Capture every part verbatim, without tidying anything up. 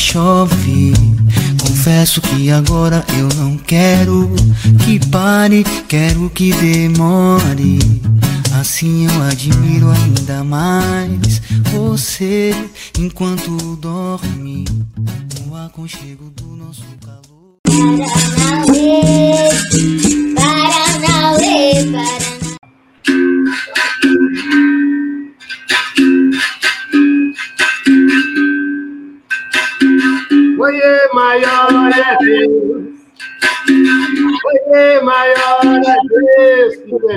chove. Confesso que agora eu não quero que pare, quero que demore. Assim eu admiro ainda mais você enquanto dorme, no aconchego do nosso calor. Paranauê, Paranauê, Paranauê. Oiê, maior é Deus. Oiê, maior é Deus.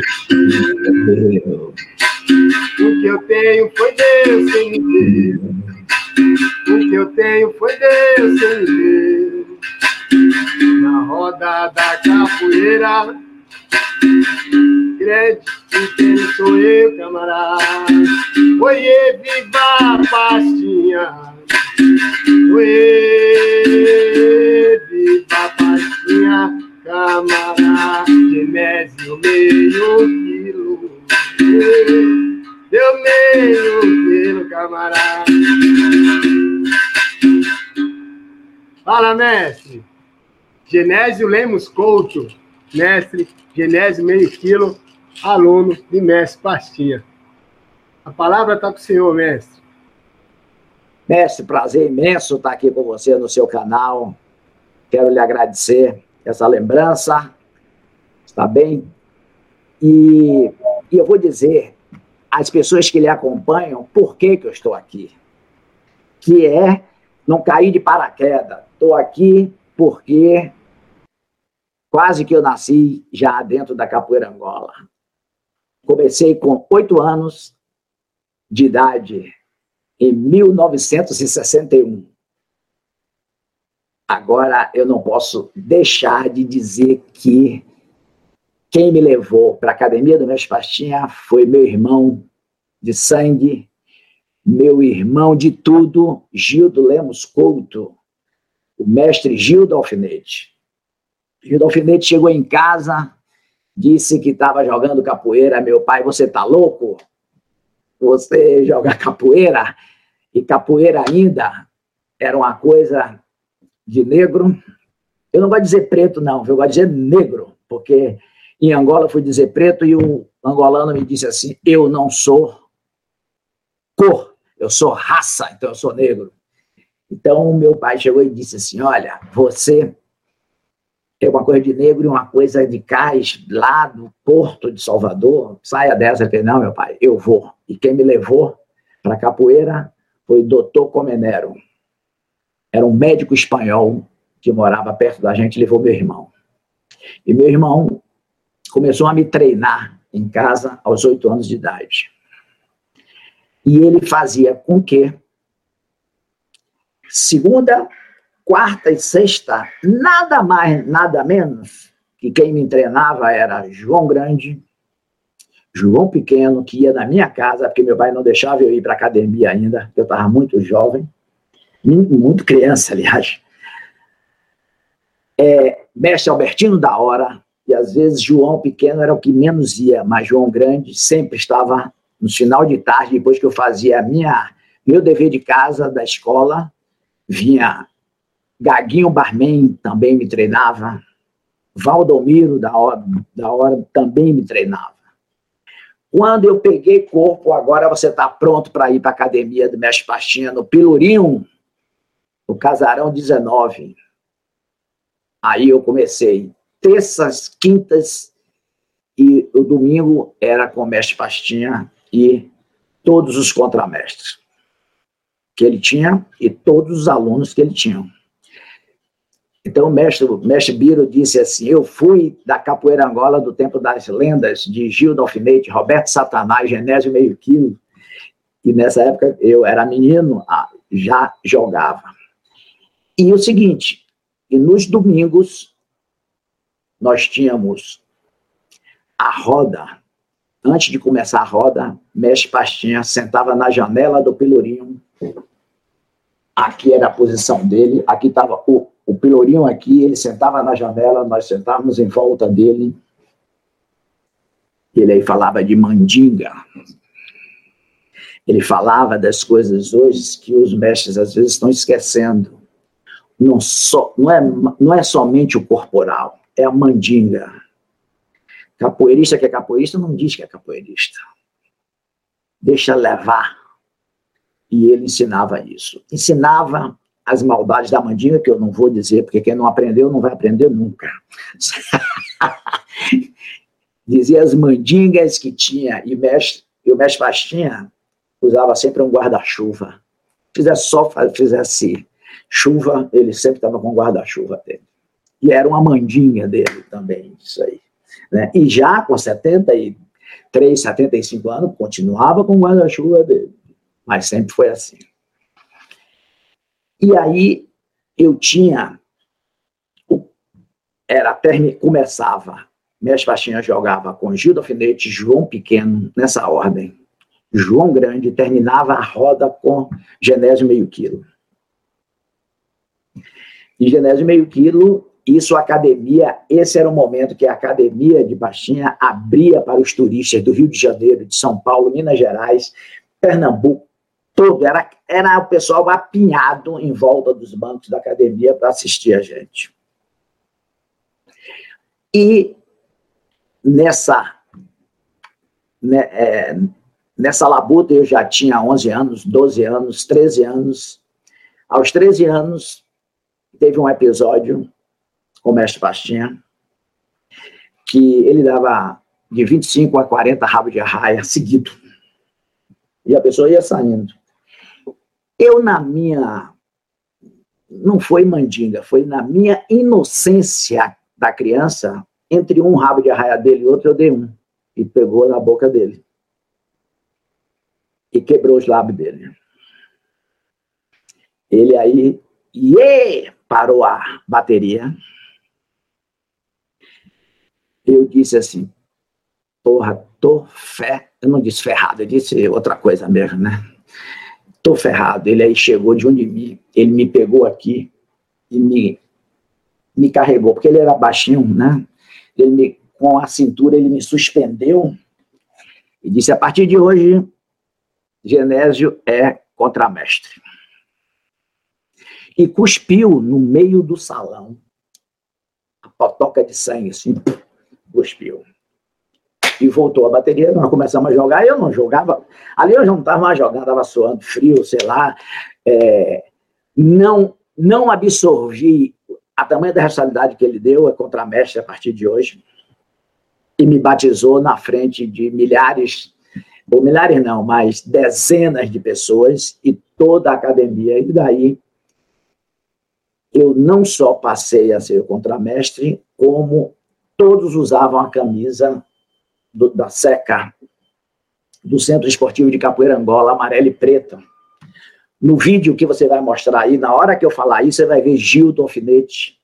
O que eu tenho foi Deus sem me ver. O que eu tenho foi Deus sem me ver. Na roda da capoeira, grande inteiro sou eu, camarada. Oiê, viva a pastinha. Oiê, viva a pastinha, camarada. Genésio meio quilo. Deu meio quilo, camarada. Fala, mestre. Genésio Lemos Couto, mestre Genésio meio quilo, aluno de mestre Pastinha. A palavra está com o senhor, mestre. Mestre, prazer imenso estar aqui com você no seu canal. Quero lhe agradecer essa lembrança, está bem? E, e eu vou dizer às pessoas que lhe acompanham por que, que eu estou aqui. Que é não cair de paraquedas. Estou aqui porque quase que eu nasci já dentro da Capoeira Angola. Comecei com oito anos de idade, em mil novecentos e sessenta e um. Agora, eu não posso deixar de dizer que quem me levou para a Academia do Mestre Pastinha foi meu irmão de sangue, meu irmão de tudo, Gildo Lemos Couto, o mestre Gildo Alfinete. Gildo Alfinete chegou em casa, disse que estava jogando capoeira. Meu pai, você tá louco? Você jogar capoeira? E capoeira ainda era uma coisa de negro. Eu não gosto de dizer preto, não, eu gosto de dizer negro, porque em Angola eu fui dizer preto e o angolano me disse assim, eu não sou cor, eu sou raça, então eu sou negro. Então meu pai chegou e disse assim, olha, você é uma coisa de negro e uma coisa de cais lá do Porto de Salvador, saia dessa. Eu falei, não, meu pai, eu vou. E quem me levou para capoeira foi o doutor Comenero. Era um médico espanhol que morava perto da gente, levou meu irmão. E meu irmão começou a me treinar em casa aos oito anos de idade. E ele fazia com que segunda, quarta e sexta, nada mais, nada menos, que quem me treinava era João Grande, João Pequeno, que ia na minha casa, porque meu pai não deixava eu ir para a academia ainda, porque eu estava muito jovem, muito criança, aliás. É, mestre Albertino da Hora, e às vezes João Pequeno era o que menos ia, mas João Grande sempre estava no final de tarde, depois que eu fazia a minha, meu dever de casa da escola, vinha Gaguinho Barman, também me treinava, Valdomiro da Hora, da Hora também me treinava. Quando eu peguei corpo, agora você está pronto para ir para a academia do Mestre Pastinha, no Pelourinho, no Casarão dezenove. Aí eu comecei terças, quintas e o domingo era com o Mestre Pastinha e todos os contramestres que ele tinha e todos os alunos que ele tinha. Então o mestre, o mestre Biro disse assim, eu fui da Capoeira Angola do tempo das lendas de Gildo Alfinete, Roberto Satanás, Genésio Meio Quilo, e nessa época eu era menino, já jogava. E o seguinte, e nos domingos nós tínhamos a roda, antes de começar a roda, mestre Pastinha sentava na janela do Pelourinho, aqui era a posição dele, aqui estava o O Pelourinho aqui, ele sentava na janela, nós sentávamos em volta dele. Ele aí falava de mandinga. Ele falava das coisas hoje que os mestres às vezes estão esquecendo. não, só, não, é, não é somente o corporal, é a mandinga. Capoeirista que é capoeirista não diz que é capoeirista. Deixa levar. E ele ensinava isso. Ensinava as maldades da mandinga, que eu não vou dizer, porque quem não aprendeu não vai aprender nunca. Dizia as mandingas que tinha, e, mestre, e o mestre Pastinha usava sempre um guarda-chuva. Fizesse sol, fizesse chuva, ele sempre estava com o guarda-chuva dele. E era uma mandinga dele também, isso aí. Né? E já com setenta e três, setenta e cinco anos, continuava com o guarda-chuva dele. Mas sempre foi assim. E aí eu tinha, era, termi, começava, Mestre Pastinha jogava com Gildo Alfinete, João Pequeno, nessa ordem. João Grande, terminava a roda com Genésio Meio Quilo. E Genésio Meio Quilo, isso a academia, esse era o momento que a academia de Pastinha abria para os turistas do Rio de Janeiro, de São Paulo, Minas Gerais, Pernambuco, todo, era, era o pessoal apinhado em volta dos bancos da academia para assistir a gente. E nessa, né, é, nessa labuta eu já tinha onze anos, doze anos, treze anos. Aos treze anos, teve um episódio com o mestre Pastinha, que ele dava de vinte e cinco a quarenta rabos de arraia seguido. E a pessoa ia saindo. Eu, na minha... Não foi mandinga, foi na minha inocência da criança, entre um rabo de arraia dele e outro, eu dei um. E pegou na boca dele. E quebrou os lábios dele. Ele aí, iê, parou a bateria. Eu disse assim, porra, tô fé... Eu não disse ferrado, eu disse outra coisa mesmo, né? Tô ferrado. Ele aí chegou de onde me... Ele me pegou aqui e me, me carregou, porque ele era baixinho, né? Ele me, com a cintura, ele me suspendeu e disse, a partir de hoje, Genésio é contramestre. E cuspiu no meio do salão, a potoca de sangue, assim, cuspiu. E voltou a bateria, nós começamos a jogar, eu não jogava, ali eu já não estava mais jogando, estava suando frio, sei lá, é, não, não absorvi a tamanha da responsabilidade que ele deu, é contramestre a partir de hoje, e me batizou na frente de milhares, ou milhares não, mas dezenas de pessoas, e toda a academia, e daí eu não só passei a ser contramestre, como todos usavam a camisa Do, da SECA, do Centro Esportivo de Capoeira Angola, amarela e preta. No vídeo que você vai mostrar aí, na hora que eu falar isso, você vai ver Gildo Alfinete.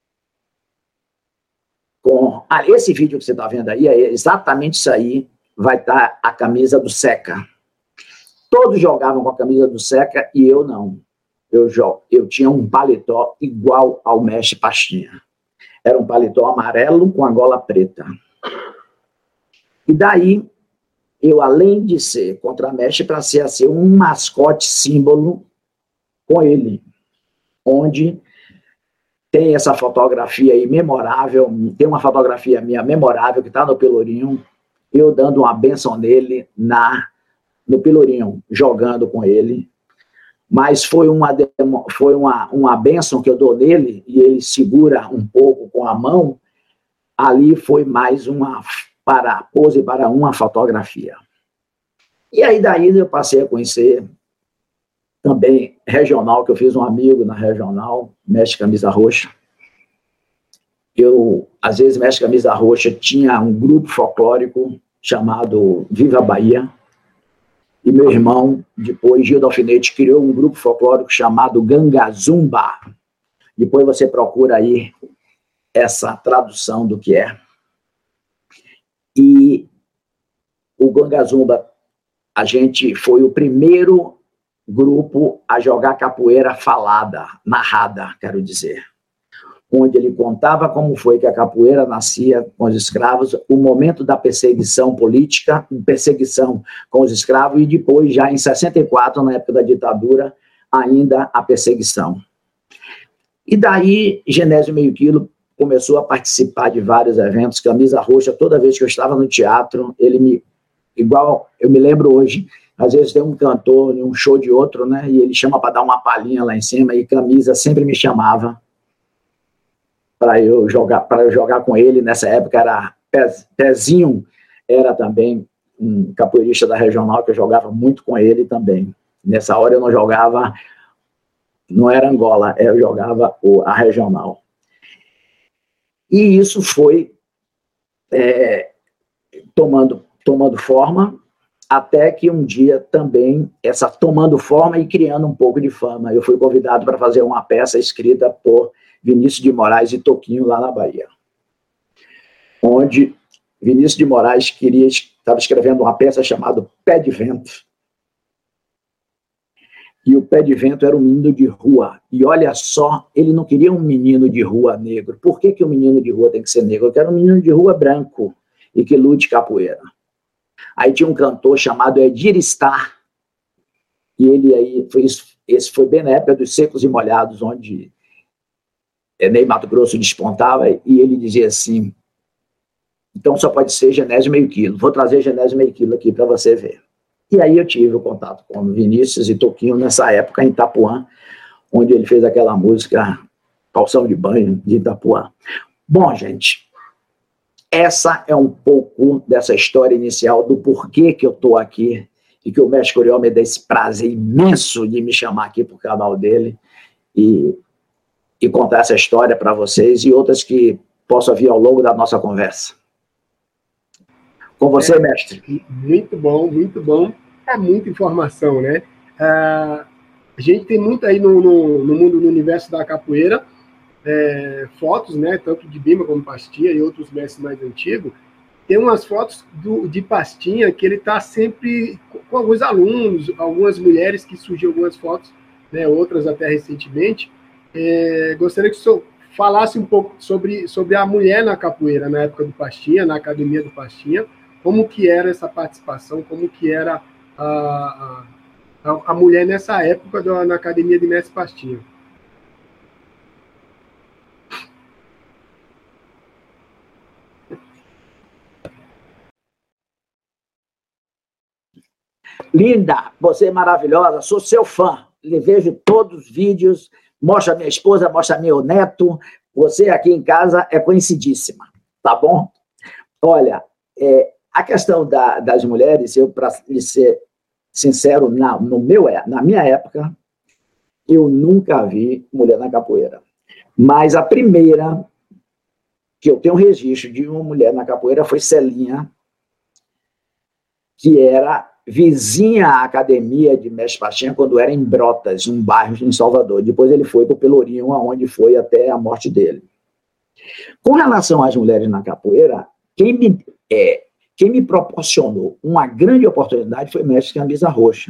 Com, ah, esse vídeo que você está vendo aí, é exatamente isso aí, vai estar a camisa do SECA. Todos jogavam com a camisa do SECA e eu não. Eu, eu tinha um paletó igual ao mestre Pastinha. Era um paletó amarelo com a gola preta. E daí, eu, além de ser contramestre, passei a ser um mascote símbolo com ele, onde tem essa fotografia aí memorável, tem uma fotografia minha memorável que está no Pelourinho, eu dando uma bênção nele na, no Pelourinho, jogando com ele, mas foi uma, foi uma, uma bênção que eu dou nele, e ele segura um pouco com a mão, ali foi mais uma... para pose para uma fotografia. E aí daí eu passei a conhecer também regional, que eu fiz um amigo na regional, mestre Camisa Roxa. Eu, às vezes, mestre Camisa Roxa tinha um grupo folclórico chamado Viva Bahia, e meu irmão, depois, Gildo Alfinete, criou um grupo folclórico chamado Gangazumba. Depois você procura aí essa tradução do que é. E o Gangazumba, a gente foi o primeiro grupo a jogar capoeira falada, narrada, quero dizer, onde ele contava como foi que a capoeira nascia com os escravos, o momento da perseguição política, perseguição com os escravos, e depois, já em sessenta e quatro, na época da ditadura, ainda a perseguição. E daí, Genésio Meio Quilo começou a participar de vários eventos, Camisa Roxa, toda vez que eu estava no teatro, ele me, igual eu me lembro hoje, às vezes tem um cantor, um show de outro, né, e ele chama para dar uma palhinha lá em cima, e Camisa sempre me chamava para eu jogar, para eu jogar com ele. Nessa época era Pezinho, era também um capoeirista da regional, que eu jogava muito com ele também. Nessa hora eu não jogava, não era Angola, eu jogava a regional. E isso foi é, tomando, tomando forma, até que um dia também, essa tomando forma e criando um pouco de fama, eu fui convidado para fazer uma peça escrita por Vinícius de Moraes e Toquinho, lá na Bahia. Onde Vinícius de Moraes queria, estava escrevendo uma peça chamada Pé de Vento. E o Pé de Vento era um menino de rua. E olha só, ele não queria um menino de rua negro. Por que que o menino de rua tem que ser negro? Eu quero um menino de rua branco e que lute capoeira. Aí tinha um cantor chamado Edir Star. E ele aí, foi, esse foi bem na época dos Secos e Molhados, onde Ney Matogrosso despontava, e ele dizia assim, então só pode ser Genésio Meio Quilo. Vou trazer Genésio Meio Quilo aqui para você ver. E aí eu tive o contato com Vinícius e Toquinho nessa época em Itapuã, onde ele fez aquela música Calção de Banho de Itapuã. Bom, gente, essa é um pouco dessa história inicial do porquê que eu estou aqui e que o Mestre Curió me dá esse prazer imenso de me chamar aqui para o canal dele e, e contar essa história para vocês e outras que possam vir ao longo da nossa conversa. Com você, é, mestre. Muito bom, muito bom. É muita informação, né? Ah, a gente tem muito aí no, no, no mundo, no universo da capoeira, é, fotos, né? Tanto de Bimba como Pastinha e outros mestres mais antigos. Tem umas fotos do, de Pastinha que ele está sempre com alguns alunos, algumas mulheres que surgiu algumas fotos, né? Outras até recentemente. É, gostaria que o senhor falasse um pouco sobre, sobre a mulher na capoeira, na época do Pastinha, na academia do Pastinha, como que era essa participação, como que era a, a, a mulher nessa época do, na academia de Mestre Pastinha. Linda, você é maravilhosa, sou seu fã, lhe vejo todos os vídeos, mostra minha esposa, mostra meu neto, você aqui em casa é conhecidíssima, tá bom? Olha, é, a questão da, das mulheres, eu, para ser sincero, na, no meu, na minha época, eu nunca vi mulher na capoeira. Mas a primeira que eu tenho registro de uma mulher na capoeira foi Celinha, que era vizinha à academia de Mestre Pastinha, quando era em Brotas, um bairro em Salvador. Depois ele foi para o Pelourinho, onde foi até a morte dele. Com relação às mulheres na capoeira, quem me... É, Quem me proporcionou uma grande oportunidade foi o Mestre Camisa Roxa.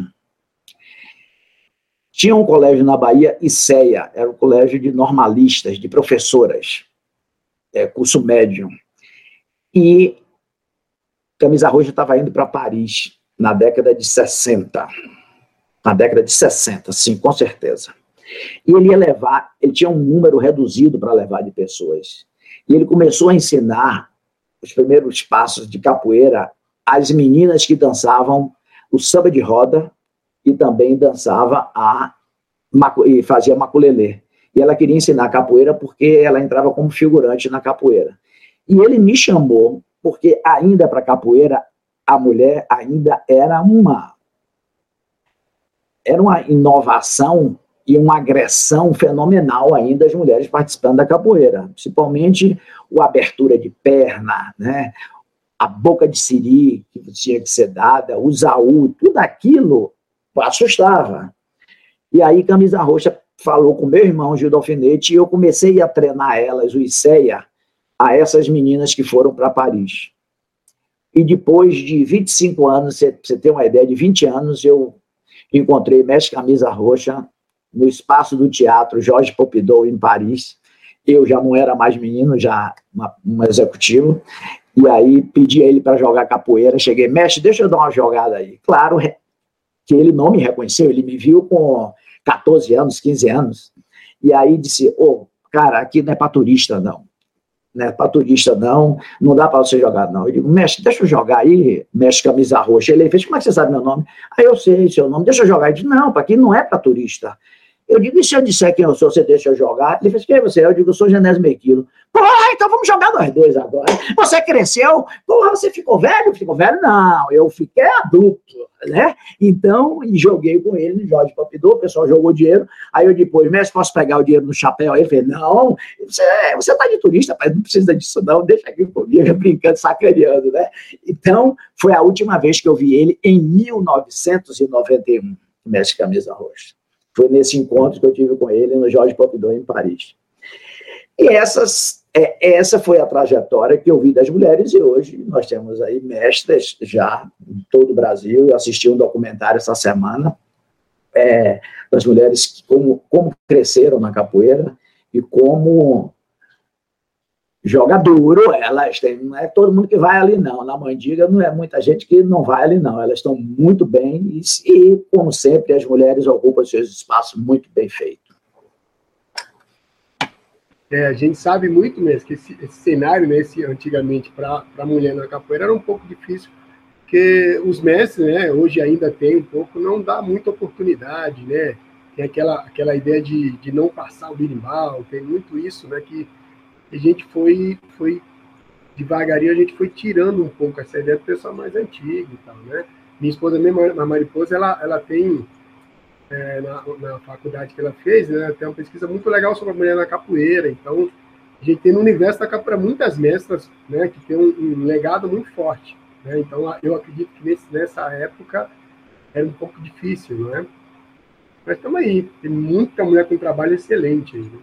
Tinha um colégio na Bahia, ICEA, era um colégio de normalistas, de professoras, é, curso médio. E Camisa Roxa estava indo para Paris na década de sessenta. Na década de sessenta, sim, com certeza. E ele ia levar, ele tinha um número reduzido para levar de pessoas. E ele começou a ensinar os primeiros passos de capoeira às meninas que dançavam o samba de roda e também dançava a e fazia maculelê. E ela queria ensinar capoeira porque ela entrava como figurante na capoeira. E ele me chamou porque ainda para capoeira a mulher ainda era uma era uma inovação e uma agressão fenomenal ainda as mulheres participando da capoeira, principalmente a abertura de perna, né? A boca de siri que tinha que ser dada, o zaú, tudo aquilo assustava. E aí Camisa Roxa falou com meu irmão Gildo Alfinete e eu comecei a treinar elas, o ICEA, a essas meninas que foram para Paris. E depois de vinte e cinco anos, você, você tem uma ideia, de vinte anos, eu encontrei Mestre Camisa Roxa no espaço do teatro Jorge Pompidou, em Paris. Eu já não era mais menino, já uma, um executivo, e aí pedi a ele para jogar capoeira. Cheguei, mestre, deixa eu dar uma jogada aí. Claro que ele não me reconheceu, ele me viu com quatorze anos, quinze anos, E aí disse, ô, oh, cara, aqui não é para turista, não. Não é para turista, não. Não dá para você jogar, não. Eu digo, mestre, deixa eu jogar aí, mestre camisa roxa. Ele fez, como é que você sabe meu nome? Aí eu sei seu nome, deixa eu jogar. Ele disse, não, para aqui não é para turista. Eu digo, e se eu disser quem eu sou, você deixa eu jogar? Ele fez, quem é você? Eu digo, eu sou Genésio Mequilo. Porra, então vamos jogar nós dois agora. Você cresceu? Porra, você ficou velho? Ficou velho? Não, eu fiquei adulto, né? Então, joguei com ele no Jorge Pompidou, o pessoal jogou dinheiro. Aí eu depois, mestre, posso pegar o dinheiro no chapéu? Aí ele fez, não, você, você tá de turista, pai, não precisa disso não, deixa aqui comigo, brincando, sacaneando, né? Então, foi a última vez que eu vi ele em mil novecentos e noventa e um, mestre camisa roxa. Foi nesse encontro que eu tive com ele no Jorge Pompidou, em Paris. E essas, é, essa foi a trajetória que eu vi das mulheres, e hoje nós temos aí mestras já em todo o Brasil. Eu assisti um documentário essa semana é, das mulheres que, como, como cresceram na capoeira e como joga duro elas têm. Não é todo mundo que vai ali, não. Na Mandiga não é muita gente que não vai ali, não. Elas estão muito bem e, e como sempre, as mulheres ocupam seus espaços muito bem feitos. É, a gente sabe muito mesmo que esse, esse cenário, né, esse, antigamente, para a mulher na capoeira era um pouco difícil, porque os mestres, né, hoje ainda tem um pouco, não dá muita oportunidade, né? Tem aquela, aquela ideia de, de não passar o berimbau, tem muito isso, né, que a gente foi, foi devagarinho, a gente foi tirando um pouco essa ideia do pessoal mais antigo e tal, né? Minha esposa mesmo, a Mariposa, ela, ela tem, é, na, na faculdade que ela fez, né, tem uma pesquisa muito legal sobre a mulher na capoeira. Então, a gente tem no universo da capoeira muitas mestras, né, que tem um, um legado muito forte, né? Então, eu acredito que nesse, nessa época era um pouco difícil, não é? Mas estamos aí, tem muita mulher com trabalho excelente aí, né?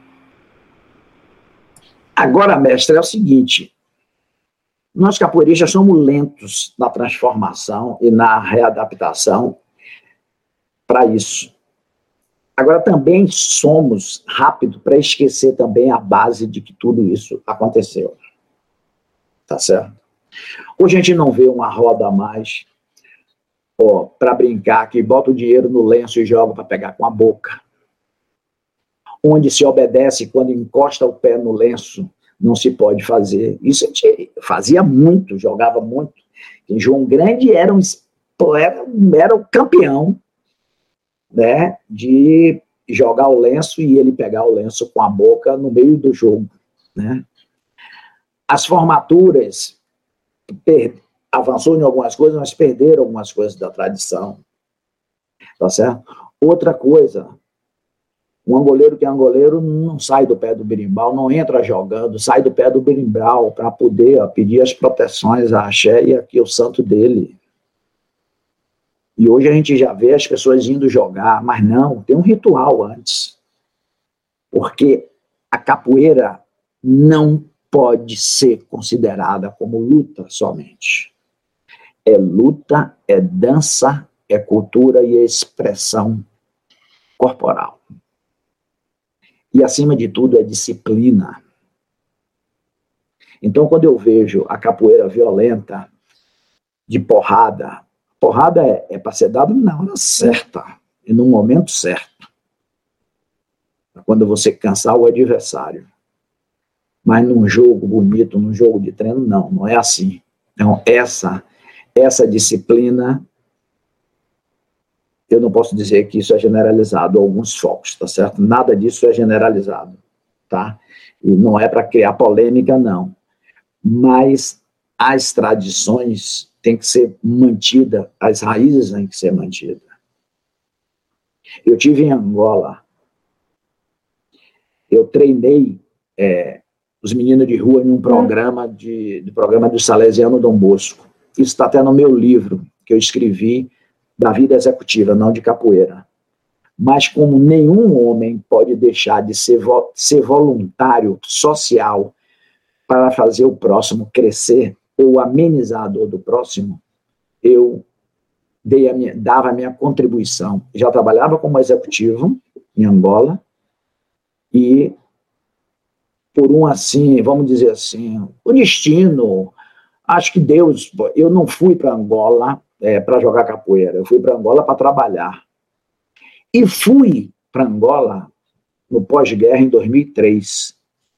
Agora, mestre, é o seguinte, nós capoeiristas somos lentos na transformação e na readaptação para isso. Agora, também somos rápidos para esquecer também a base de que tudo isso aconteceu. Tá certo? Hoje a gente não vê uma roda a mais para brincar, que bota o dinheiro no lenço e joga para pegar com a boca. Onde se obedece quando encosta o pé no lenço, não se pode fazer. Isso a gente fazia muito, jogava muito. E João Grande era, um, era, era o campeão, né, de jogar o lenço e ele pegar o lenço com a boca no meio do jogo, né? As formaturas per, avançou em algumas coisas, mas perderam algumas coisas da tradição. Tá certo? Outra coisa, um angoleiro que é angoleiro não sai do pé do berimbau, não entra jogando, sai do pé do berimbau para poder ó, pedir as proteções a axé e aqui o santo dele. E hoje a gente já vê as pessoas indo jogar, mas não, tem um ritual antes. Porque a capoeira não pode ser considerada como luta somente. É luta, é dança, é cultura e é expressão corporal. E, acima de tudo, é disciplina. Então, quando eu vejo a capoeira violenta, de porrada, porrada é, é para ser dada na hora certa, e no momento certo. Quando você cansar o adversário. Mas num jogo bonito, num jogo de treino, não, não é assim. Então, essa, essa disciplina, eu não posso dizer que isso é generalizado a alguns focos, tá certo? Nada disso é generalizado, tá? E não é para criar polêmica, não. Mas as tradições têm que ser mantidas, as raízes têm que ser mantidas. Eu tive em Angola, eu treinei é, os meninos de rua em um programa, de, do programa do Salesiano Dom Bosco. Isso está até no meu livro, que eu escrevi, da vida executiva, não de capoeira. Mas como nenhum homem pode deixar de ser, vo ser voluntário social para fazer o próximo crescer ou amenizar a dor do próximo, eu dei a minha, dava a minha contribuição. Já trabalhava como executivo em Angola e por um assim, vamos dizer assim, o destino, acho que Deus, eu não fui para Angola É, para jogar capoeira. Eu fui para Angola para trabalhar. E fui para Angola no pós-guerra, em dois mil e três.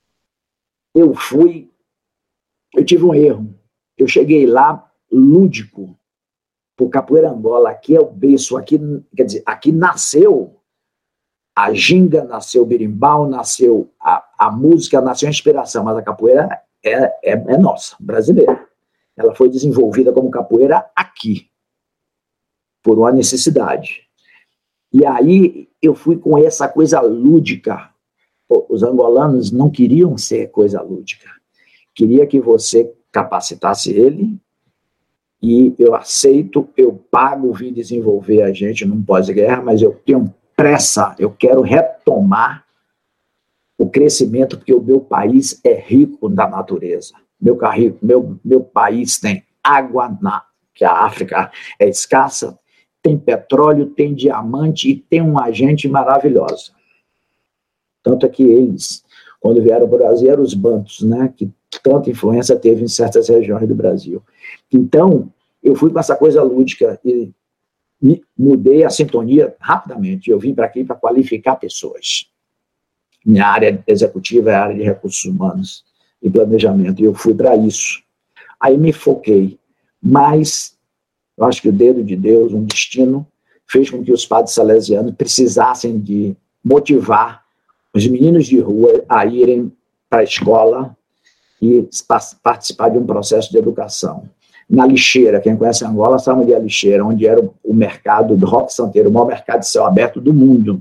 Eu fui, eu tive um erro. Eu cheguei lá lúdico, por Capoeira Angola, aqui é o berço, aqui, quer dizer, aqui nasceu a ginga, nasceu o berimbau, nasceu a, a música, nasceu a inspiração, mas a capoeira é, é, é nossa, brasileira. Ela foi desenvolvida como capoeira aqui, por uma necessidade. E aí eu fui com essa coisa lúdica. Pô, os angolanos não queriam ser coisa lúdica. Queria que você capacitasse ele, e eu aceito, eu pago vir desenvolver a gente num pós-guerra, mas eu tenho pressa, eu quero retomar o crescimento, porque o meu país é rico da natureza. Meu, meu, meu país tem água, na, que a África é escassa, tem petróleo, tem diamante e tem uma gente maravilhosa. Tanto é que eles, quando vieram para o Brasil, eram os bantos, né, que tanta influência teve em certas regiões do Brasil. Então, eu fui com essa coisa lúdica e mudei a sintonia rapidamente. Eu vim para aqui para qualificar pessoas. Minha área executiva é a área de recursos humanos e planejamento, e eu fui para isso. Aí me foquei, mas eu acho que o dedo de Deus, um destino, fez com que os padres salesianos precisassem de motivar os meninos de rua a irem para a escola e participar de um processo de educação. Na Lixeira, quem conhece Angola sabe onde é a Lixeira, onde era o mercado do Roque Santeiro, o maior mercado de céu aberto do mundo.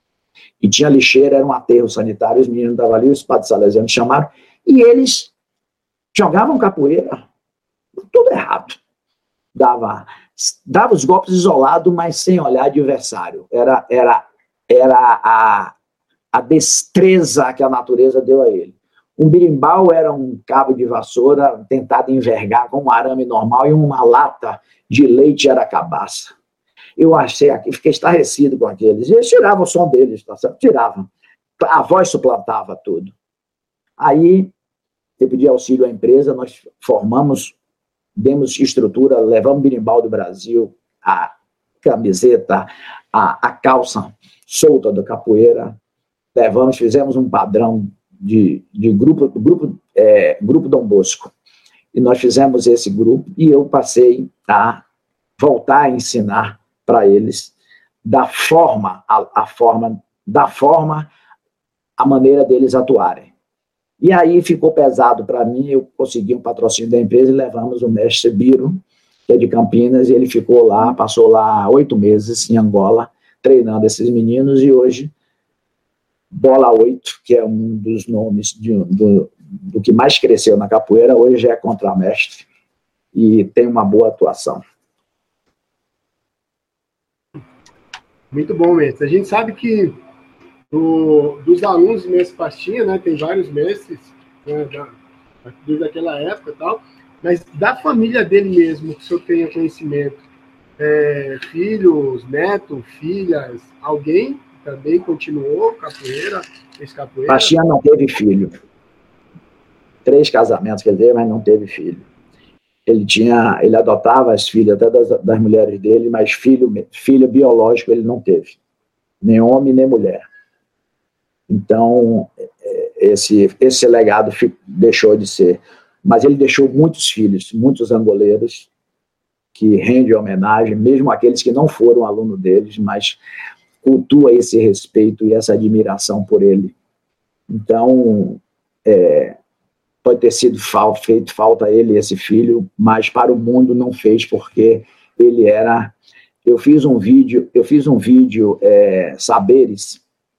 E tinha a Lixeira, era um aterro sanitário, os meninos estavam ali, os padres salesianos chamaram, e eles jogavam capoeira, tudo errado. Dava, dava os golpes isolados, mas sem olhar adversário. Era, era, era a, a destreza que a natureza deu a ele. Um berimbau era um cabo de vassoura tentado envergar com um arame normal, e uma lata de leite era cabaça. Eu achei aqui, fiquei estarrecido com aqueles. E eles tiravam o som deles, tá certo? Tiravam. A voz suplantava tudo. Aí, eu pedi auxílio à empresa, nós formamos, demos estrutura, levamos berimbau do Brasil, a camiseta, a, a calça solta da capoeira, levamos, fizemos um padrão de, de grupo, grupo, é, grupo Dom Bosco. E nós fizemos esse grupo, e eu passei a voltar a ensinar para eles da forma, a, a forma, da forma, a maneira deles atuarem. E aí ficou pesado para mim, eu consegui um patrocínio da empresa e levamos o mestre Biro, que é de Campinas, e ele ficou lá, passou lá oito meses em Angola, treinando esses meninos, e hoje, Bola oito, que é um dos nomes de, do, do que mais cresceu na capoeira, hoje é contramestre, e tem uma boa atuação. Muito bom, mestre. A gente sabe que do, dos alunos do mestre Pastinha, né, tem vários mestres, né, da, desde aquela época e tal, mas da família dele mesmo, que o senhor tenha conhecimento, é, filhos, netos, filhas, alguém também continuou capoeira, fez capoeira? Pastinha não teve filho. Três casamentos, quer dizer, mas não teve filho. Ele tinha, ele adotava as filhas até das, das mulheres dele, mas filho, filho biológico ele não teve. Nem homem, nem mulher. Então, esse, esse legado deixou de ser. Mas ele deixou muitos filhos, muitos angoleiros, que rendem homenagem, mesmo aqueles que não foram aluno deles, mas cultua esse respeito e essa admiração por ele. Então, é, pode ter sido falta, feito falta a ele, esse filho, mas para o mundo não fez, porque ele era... Eu fiz um vídeo, eu fiz um vídeo, é, Saberes,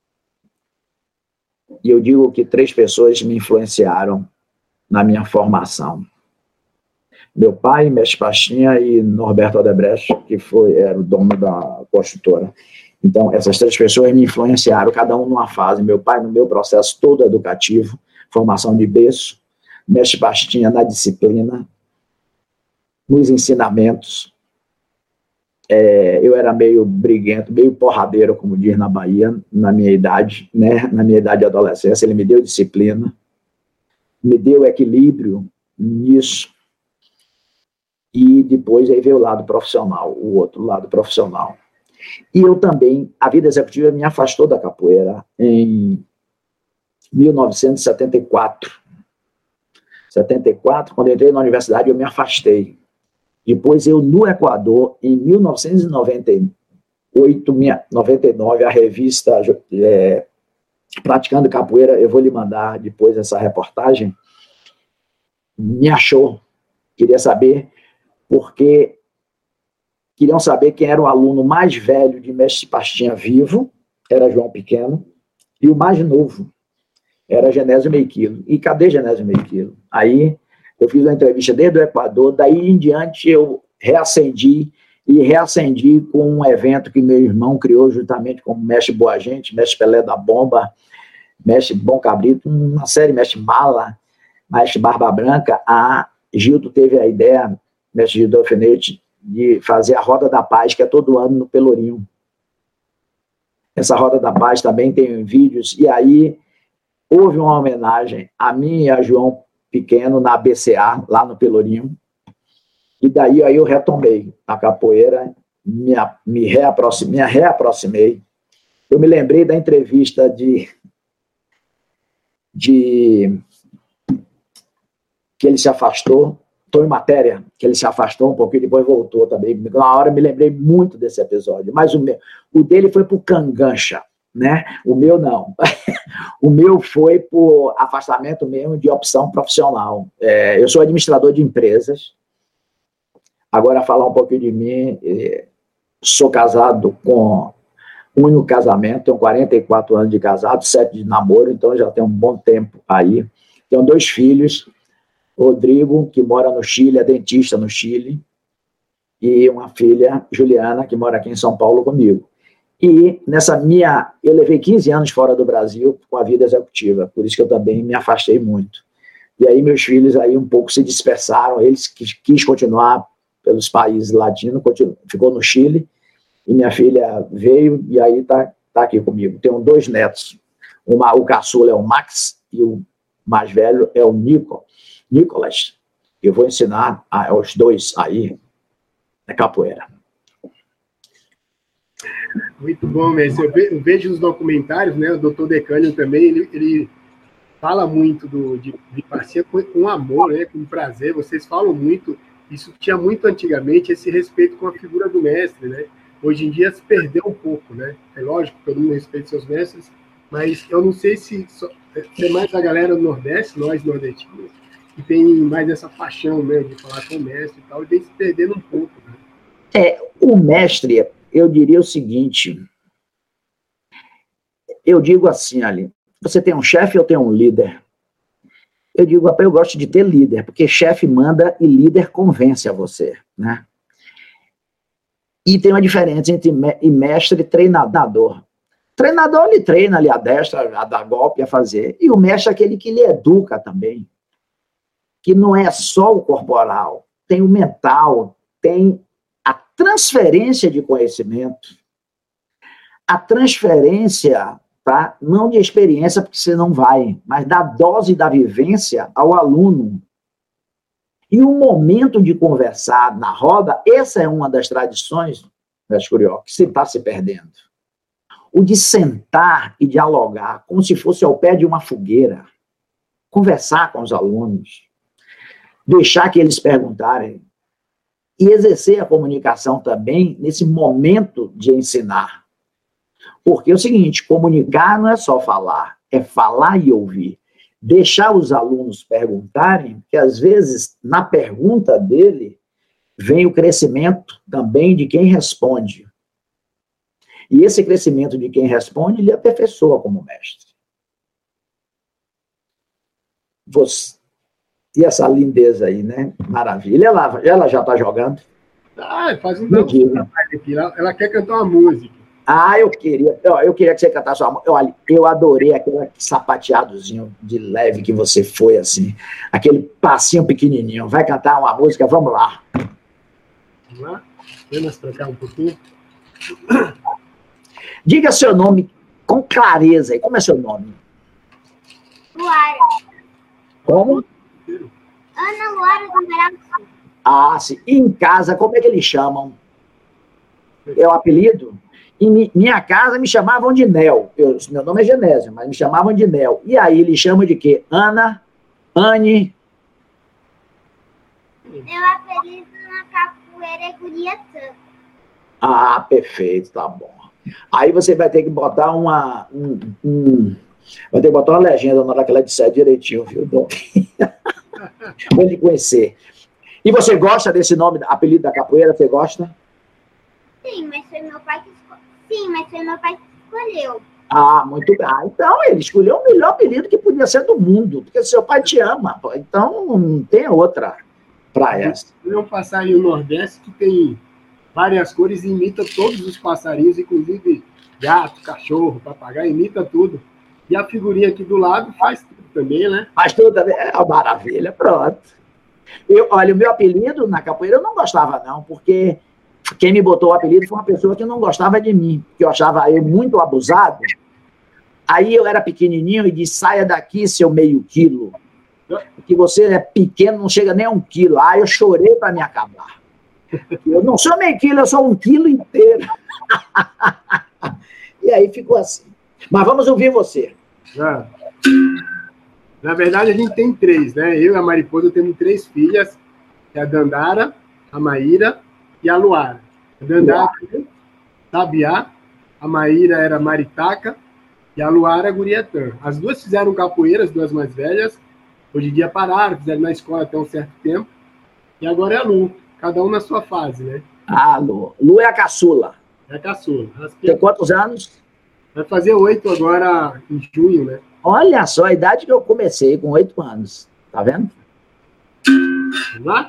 e eu digo que três pessoas me influenciaram na minha formação. Meu pai, mestre Pastinha, e Norberto Odebrecht, que foi, era o dono da construtora. Então, essas três pessoas me influenciaram, cada um numa fase. Meu pai no meu processo todo educativo, formação de berço, mestre Pastinha na disciplina, nos ensinamentos. É, eu era meio briguento, meio porradeiro, como diz na Bahia, na minha idade, né? Na minha idade de adolescência. Ele me deu disciplina, me deu equilíbrio nisso, e depois aí veio o lado profissional, o outro lado profissional. E eu também, a vida executiva me afastou da capoeira em mil novecentos e setenta e quatro. setenta e quatro, quando eu entrei na universidade, eu me afastei. Depois, eu, no Equador, em mil novecentos e noventa e oito, noventa e nove, a revista é, Praticando Capoeira, eu vou lhe mandar depois essa reportagem, me achou. Queria saber, porque queriam saber quem era o aluno mais velho de Mestre Pastinha vivo, era João Pequeno, e o mais novo era Genésio Meio-Quilo. E cadê Genésio Meio-Quilo? Aí eu fiz uma entrevista desde o Equador, daí em diante eu reacendi, e reacendi com um evento que meu irmão criou juntamente com o Mestre Boa Gente, Mestre Pelé da Bomba, Mestre Bom Cabrito, uma série, Mestre Mala, Mestre Barba Branca. A Gildo teve a ideia, Mestre Gildo Alfinete, de fazer a Roda da Paz, que é todo ano no Pelourinho. Essa Roda da Paz também tem vídeos, e aí houve uma homenagem a mim e a João Pequeno na B C A, lá no Pelourinho, e daí aí eu retomei a capoeira, me, me, reaproximei, me reaproximei. Eu me lembrei da entrevista de, de que ele se afastou, estou em matéria, que ele se afastou um pouquinho, depois voltou também. Na hora eu me lembrei muito desse episódio, mas o, meu, o dele foi por cangancha, né? O meu não. O meu foi por afastamento mesmo de opção profissional. É, eu sou administrador de empresas. Agora, falar um pouquinho de mim, sou casado com um único casamento, tenho quarenta e quatro anos de casado, sete de namoro, então já tenho um bom tempo aí. Tenho dois filhos, Rodrigo, que mora no Chile, é dentista no Chile, e uma filha, Juliana, que mora aqui em São Paulo comigo. E nessa minha, eu levei quinze anos fora do Brasil com a vida executiva, por isso que eu também me afastei muito. E aí meus filhos aí um pouco se dispersaram, eles que quis continuar pelos países latinos, continu, ficou no Chile, e minha filha veio e aí está tá aqui comigo. Tenho dois netos, uma, o caçula é o Max e o mais velho é o Nico, Nicolas. Eu vou ensinar aos dois aí na capoeira. Muito bom, mestre. Eu, ve, eu vejo os documentários, né? O doutor Decânio também, ele, ele fala muito do, de, de parceria com, com amor, né? Com prazer. Vocês falam muito. Isso tinha muito antigamente, esse respeito com a figura do mestre, né? Hoje em dia se perdeu um pouco, né? É lógico que todo mundo respeita seus mestres, mas eu não sei se, só, se é mais a galera do Nordeste, nós nordestinos, que tem mais essa paixão mesmo de falar com o mestre e tal, e vem se perdendo um pouco, né? É, o mestre, eu diria o seguinte, eu digo assim, ali, você tem um chefe, eu tenho um líder. Eu digo, eu gosto de ter líder, porque chefe manda e líder convence a você, né? E tem uma diferença entre mestre e treinador. Treinador, ele treina, ele adestra, a dar golpe, a fazer. E o mestre é aquele que lhe educa também. Que não é só o corporal, tem o mental, tem a transferência de conhecimento, a transferência, tá? Não de experiência, porque você não vai, mas da dose da vivência ao aluno. E o momento de conversar na roda, essa é uma das tradições, das Curió, que se está se perdendo. O de sentar e dialogar, como se fosse ao pé de uma fogueira, conversar com os alunos, deixar que eles perguntarem, e exercer a comunicação também nesse momento de ensinar. Porque é o seguinte, comunicar não é só falar, é falar e ouvir. Deixar os alunos perguntarem, que às vezes, na pergunta dele, vem o crescimento também de quem responde. E esse crescimento de quem responde, ele aperfeiçoa como mestre. Você... E essa lindeza aí, né? Maravilha. Ela, ela já está jogando? Ah, faz um tempo aqui. Ela, ela quer cantar uma música. Ah, eu queria. Eu, eu queria que você cantasse uma música. Olha, eu adorei aquele sapateadozinho de leve que você foi, assim. Aquele passinho pequenininho. Vai cantar uma música? Vamos lá. Vamos lá? Vamos trocar um pouquinho? Diga seu nome com clareza. Como é seu nome? Luara. Como? Ana Luara do Amaral Sul. Ah, sim. E em casa, como é que eles chamam? É o apelido? Em mi, minha casa me chamavam de Nel. Eu, meu nome é Genésio, mas me chamavam de Nel. E aí eles chamam de quê? Ana, Anne. Meu apelido na capoeira é Guriatã. Ah, perfeito, tá bom. Aí você vai ter que botar uma... Um, um, vai ter que botar uma legenda na hora que ela disser direitinho, viu, Dom? Vou lhe conhecer. E você gosta desse nome, apelido da capoeira? Você gosta? Sim, mas foi meu pai que escolheu. Sim, mas foi meu pai que escolheu. Ah, muito bem. Ah, então ele escolheu o melhor apelido que podia ser do mundo, porque seu pai te ama. Pô. Então não tem outra para essa. É um passarinho nordeste que tem várias cores e imita todos os passarinhos, inclusive gato, cachorro, papagaio, imita tudo. E a figurinha aqui do lado faz tudo também, né? Faz tudo também. É uma maravilha, pronto. Eu, olha, o meu apelido na capoeira eu não gostava, não, porque quem me botou o apelido foi uma pessoa que não gostava de mim, que eu achava eu muito abusado. Aí eu era pequenininho e disse, saia daqui, seu meio quilo, que você é pequeno, não chega nem a um quilo. Ah, eu chorei para me acabar. Eu não sou meio quilo, eu sou um quilo inteiro. E aí ficou assim. Mas vamos ouvir você. Ah. Na verdade, a gente tem três, né? Eu e a Mariposa temos três filhas, que é a Dandara, a Maíra e a Luara. A Dandara é Sabiá, a Maíra era Maritaca e a Luara Guriatã. As duas fizeram capoeira, as duas mais velhas. Hoje em dia pararam, fizeram na escola até um certo tempo. E agora é a Lu, cada um na sua fase, né? Ah, Lu. Lu é a caçula. É a caçula. Tem quantos anos? Vai fazer oito agora em junho, né? Olha só a idade que eu comecei, com oito anos. Tá vendo? Vamos lá?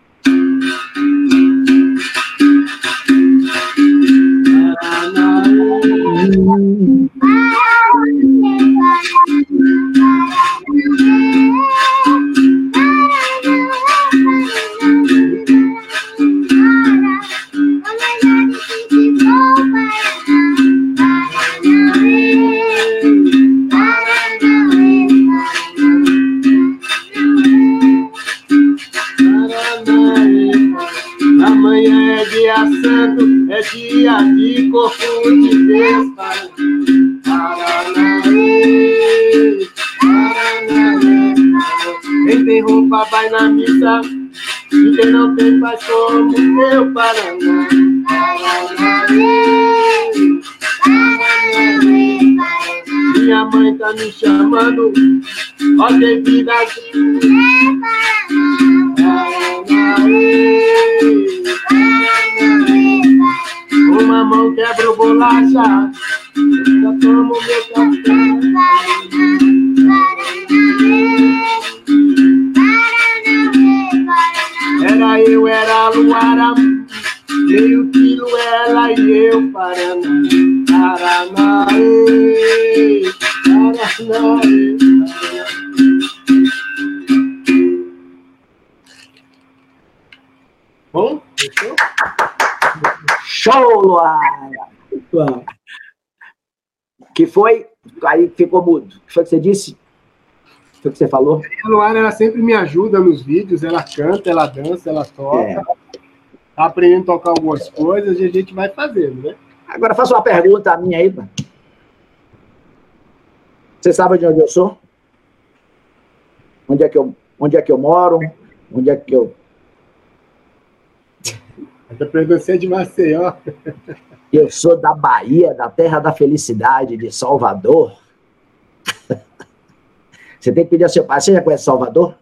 Amanhã é dia santo, é dia de corpo de Deus. Paranaê, Paranaê. Quem tem roupa vai na missa, e quem não tem faz como meu Paraná. Paranaê, Paranaê. Minha mãe tá me chamando, ó tem vida aqui. Paranaê. Uma mão quebra o bolacha, eu tomo meu café. Era eu, era a Luara, meio quilo ela e eu, Paraná. Paranaê, Paranaê. Bom, fechou? Show, Luara! Que foi? Aí ficou mudo. O que foi que você disse? O que foi que você falou? A Luara, ela sempre me ajuda nos vídeos, ela canta, ela dança, ela toca. É. Tá aprendendo a tocar algumas coisas e a gente vai fazendo, né? Agora faça uma pergunta a minha aí. Você sabe de onde eu sou? Onde é que eu, onde é que eu moro? Onde é que eu... Essa pergunta é de Maceió. Eu sou da Bahia, da terra da felicidade, de Salvador. Você tem que pedir ao seu pai. Você já conhece Salvador?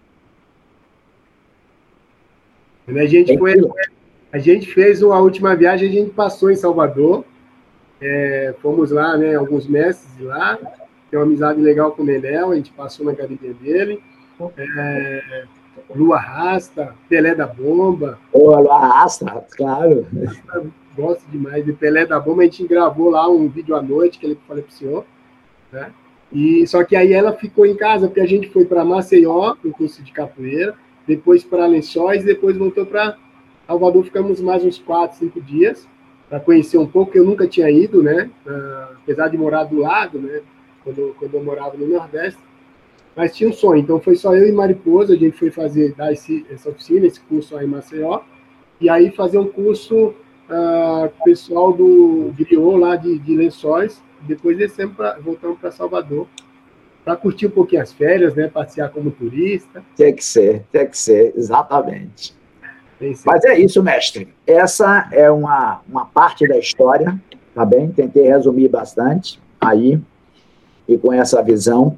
A gente, foi, a gente fez a última viagem, a gente passou em Salvador. É, fomos lá, né? Alguns meses lá. Tem uma amizade legal com o Nenel, a gente passou na academia dele. É, Lua Rasta, Pelé da Bomba. Oh, Lua Rasta, claro. Gosto demais de Pelé da Bomba. A gente gravou lá um vídeo à noite, que ele falei para o senhor. Né? E, só que aí ela ficou em casa, porque a gente foi para Maceió, no curso de capoeira, depois para Lençóis, depois voltou para Salvador. Ficamos mais uns quatro, cinco dias para conhecer um pouco. Eu nunca tinha ido, né? Uh, apesar de morar do lado, né? Quando, quando eu morava no Nordeste. Mas tinha um sonho, então foi só eu e Mariposa, a gente foi fazer, dar esse, essa oficina, esse curso aí em Maceió, e aí fazer um curso uh, pessoal do Griot, lá de, de Lençóis, depois descemos pra, voltamos para Salvador, para curtir um pouquinho as férias, né? Passear como turista. Tem que ser, tem que ser, exatamente. Mas é isso, mestre. Essa é uma, uma parte da história, tá bem? Tentei resumir bastante aí, e com essa visão.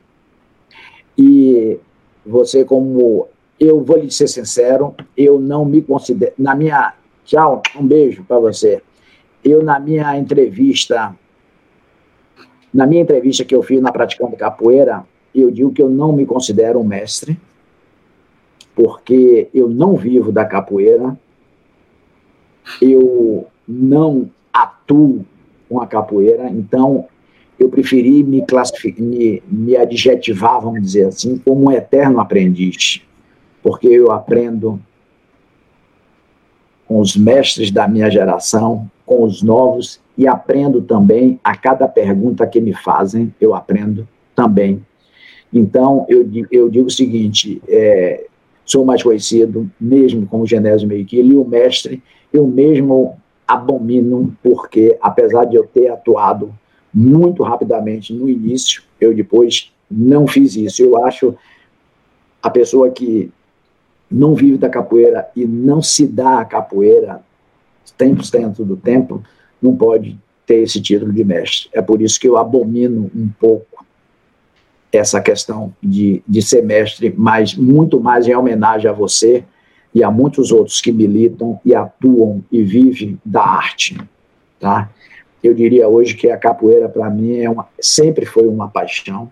E você, como... Eu vou lhe ser sincero, eu não me considero... Na minha... Tchau, um beijo para você. Eu, na minha entrevista... Na minha entrevista que eu fiz na Praticando Capoeira, eu digo que eu não me considero um mestre, porque eu não vivo da capoeira, eu não atuo com a capoeira, então eu preferi me, me, me adjetivar, vamos dizer assim, como um eterno aprendiz, porque eu aprendo com os mestres da minha geração, com os novos, e aprendo também a cada pergunta que me fazem, eu aprendo também. Então, eu, eu digo o seguinte, é, sou mais conhecido, mesmo como Genésio Meio Quilo, e o mestre, eu mesmo abomino, porque, apesar de eu ter atuado muito rapidamente no início, eu depois não fiz isso. Eu acho a pessoa que não vive da capoeira e não se dá a capoeira cem por cento do tempo, não pode ter esse título de mestre. É por isso que eu abomino um pouco essa questão de, de ser mestre, mas muito mais em homenagem a você e a muitos outros que militam e atuam e vivem da arte, tá? Eu diria hoje que a capoeira, para mim, é uma, sempre foi uma paixão,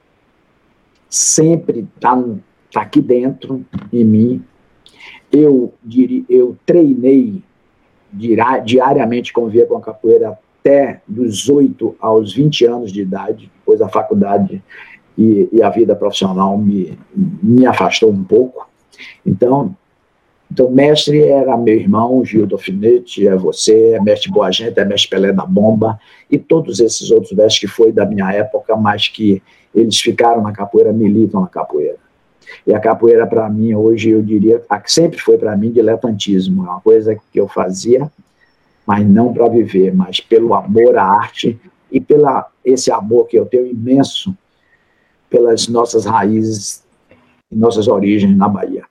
sempre está tá aqui dentro em mim. Eu, diria, eu treinei diariamente, convivia com a capoeira até dos oito aos vinte anos de idade, depois a faculdade e, e a vida profissional me, me afastou um pouco. Então, então, mestre era meu irmão, Gil do Alfinete, é você, é mestre Boa Gente, é mestre Pelé da Bomba, e todos esses outros mestres que foi da minha época, mas que eles ficaram na capoeira, militam na capoeira. E a capoeira, para mim, hoje, eu diria, sempre foi para mim diletantismo, é uma coisa que eu fazia, mas não para viver, mas pelo amor à arte e pela esse amor que eu tenho imenso pelas nossas raízes e nossas origens na Bahia.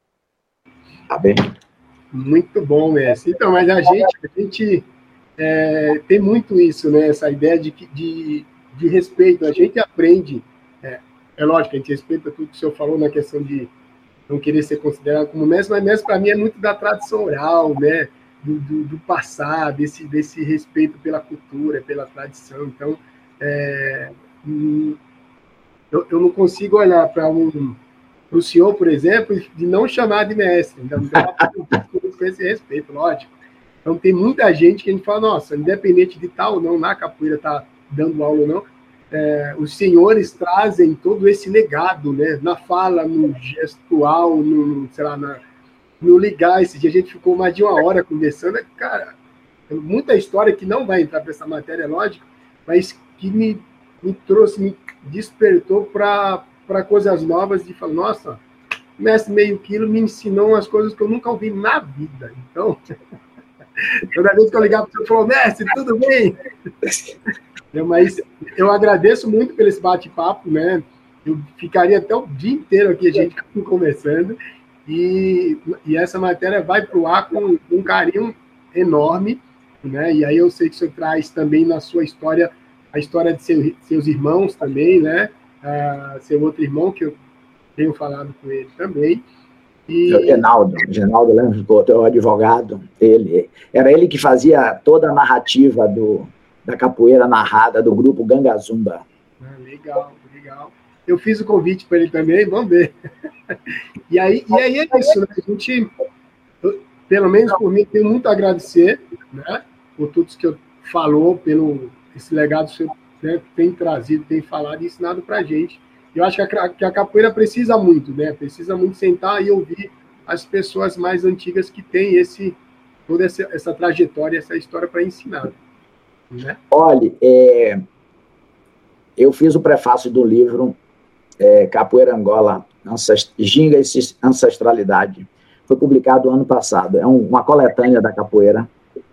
Tá bem? Muito bom, mestre. Então, mas a gente, a gente é, tem muito isso, né? Essa ideia de, de, de respeito. A gente aprende, é, é lógico, a gente respeita tudo que o senhor falou na questão de não querer ser considerado como mestre, mas mestre, para mim, é muito da tradição oral, né? Do, do, do passado, desse, desse respeito pela cultura, pela tradição. Então, é, eu, eu não consigo olhar para um... para o senhor, por exemplo, de não chamar de mestre. Então, com esse respeito, lógico. Então, tem muita gente que a gente fala, nossa, independente de tal ou não, na capoeira está dando aula ou não, é, os senhores trazem todo esse legado, né? Na fala, no gestual, no, sei lá, na, no ligar. Esse dia a gente ficou mais de uma hora conversando. Cara, muita história que não vai entrar para essa matéria, lógico, mas que me, me trouxe, me despertou para... para coisas novas, de falar, nossa, o mestre Meio Quilo me ensinou umas coisas que eu nunca ouvi na vida. Então, toda vez que eu ligava para você, falou, mestre, tudo bem? Mas eu agradeço muito por esse bate-papo, né? Eu ficaria até o dia inteiro aqui, a gente conversando, e, e essa matéria vai para o ar com um carinho enorme, né? E aí eu sei que o senhor traz também na sua história, a história de seu, seus irmãos também, né? Uh, seu outro irmão, que eu tenho falado com ele também. E... O Genaldo, Genaldo Lemos Couto, é o advogado. Ele, era ele que fazia toda a narrativa do, da capoeira narrada do grupo Gangazumba. Ah, legal, legal. Eu fiz o convite para ele também, vamos ver. E aí, e aí é isso, né? A gente, pelo menos por mim, tenho muito a agradecer, né? Por tudo que eu falou, pelo esse legado seu, né, tem trazido, tem falado e ensinado para a gente. Eu acho que a, que a capoeira precisa muito, né? Precisa muito sentar e ouvir as pessoas mais antigas que têm esse, toda essa, essa trajetória, essa história para ensinar. Né? Olha, é, eu fiz o prefácio do livro é, Capoeira Angola, Ancest... Ginga e Ancestralidade. Foi publicado ano passado. É um, uma coletânea da capoeira.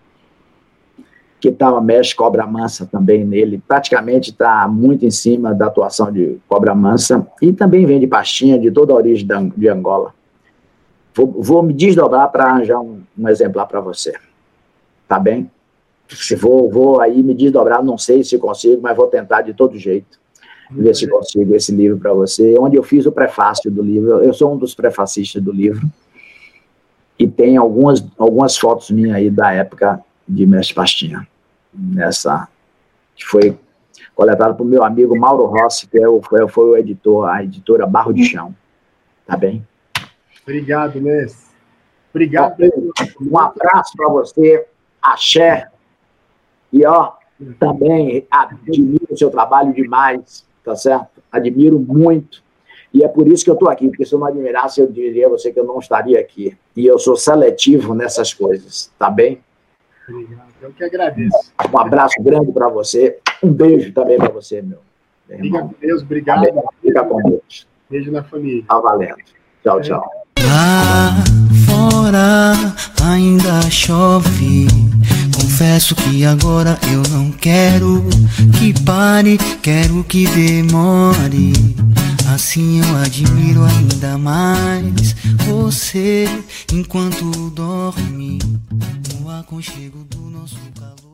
que tá, mexe Cobra Mansa também nele, praticamente está muito em cima da atuação de Cobra Mansa, e também vem de pastinha de toda a origem de Angola. Vou, vou me desdobrar para arranjar um, um exemplar para você, tá bem? Se vou, vou aí me desdobrar, não sei se consigo, mas vou tentar de todo jeito, ver se consigo esse livro para você, onde eu fiz o prefácio do livro. Eu sou um dos prefacistas do livro, e tem algumas, algumas fotos minhas aí da época de Mestre Pastinha, nessa, que foi coletada por meu amigo Mauro Rossi, que é o, foi, foi o editor, a editora Barro de Chão, tá bem? Obrigado, Mestre. Obrigado. Um abraço para você, axé, e ó, também admiro o seu trabalho demais, tá certo? Admiro muito, e é por isso que eu estou aqui, porque se eu não admirasse, eu diria a você que eu não estaria aqui, e eu sou seletivo nessas coisas, tá bem? Obrigado, eu que agradeço. Um abraço grande para você, um beijo também para você, meu, meu Fica irmão. com Deus, obrigado. Fica com Deus. Beijo na família. Tá valendo. Tchau, tchau. Lá fora ainda chove. Confesso que agora eu não quero que pare, quero que demore. Assim eu admiro ainda mais você enquanto dorme no aconchego do nosso calor.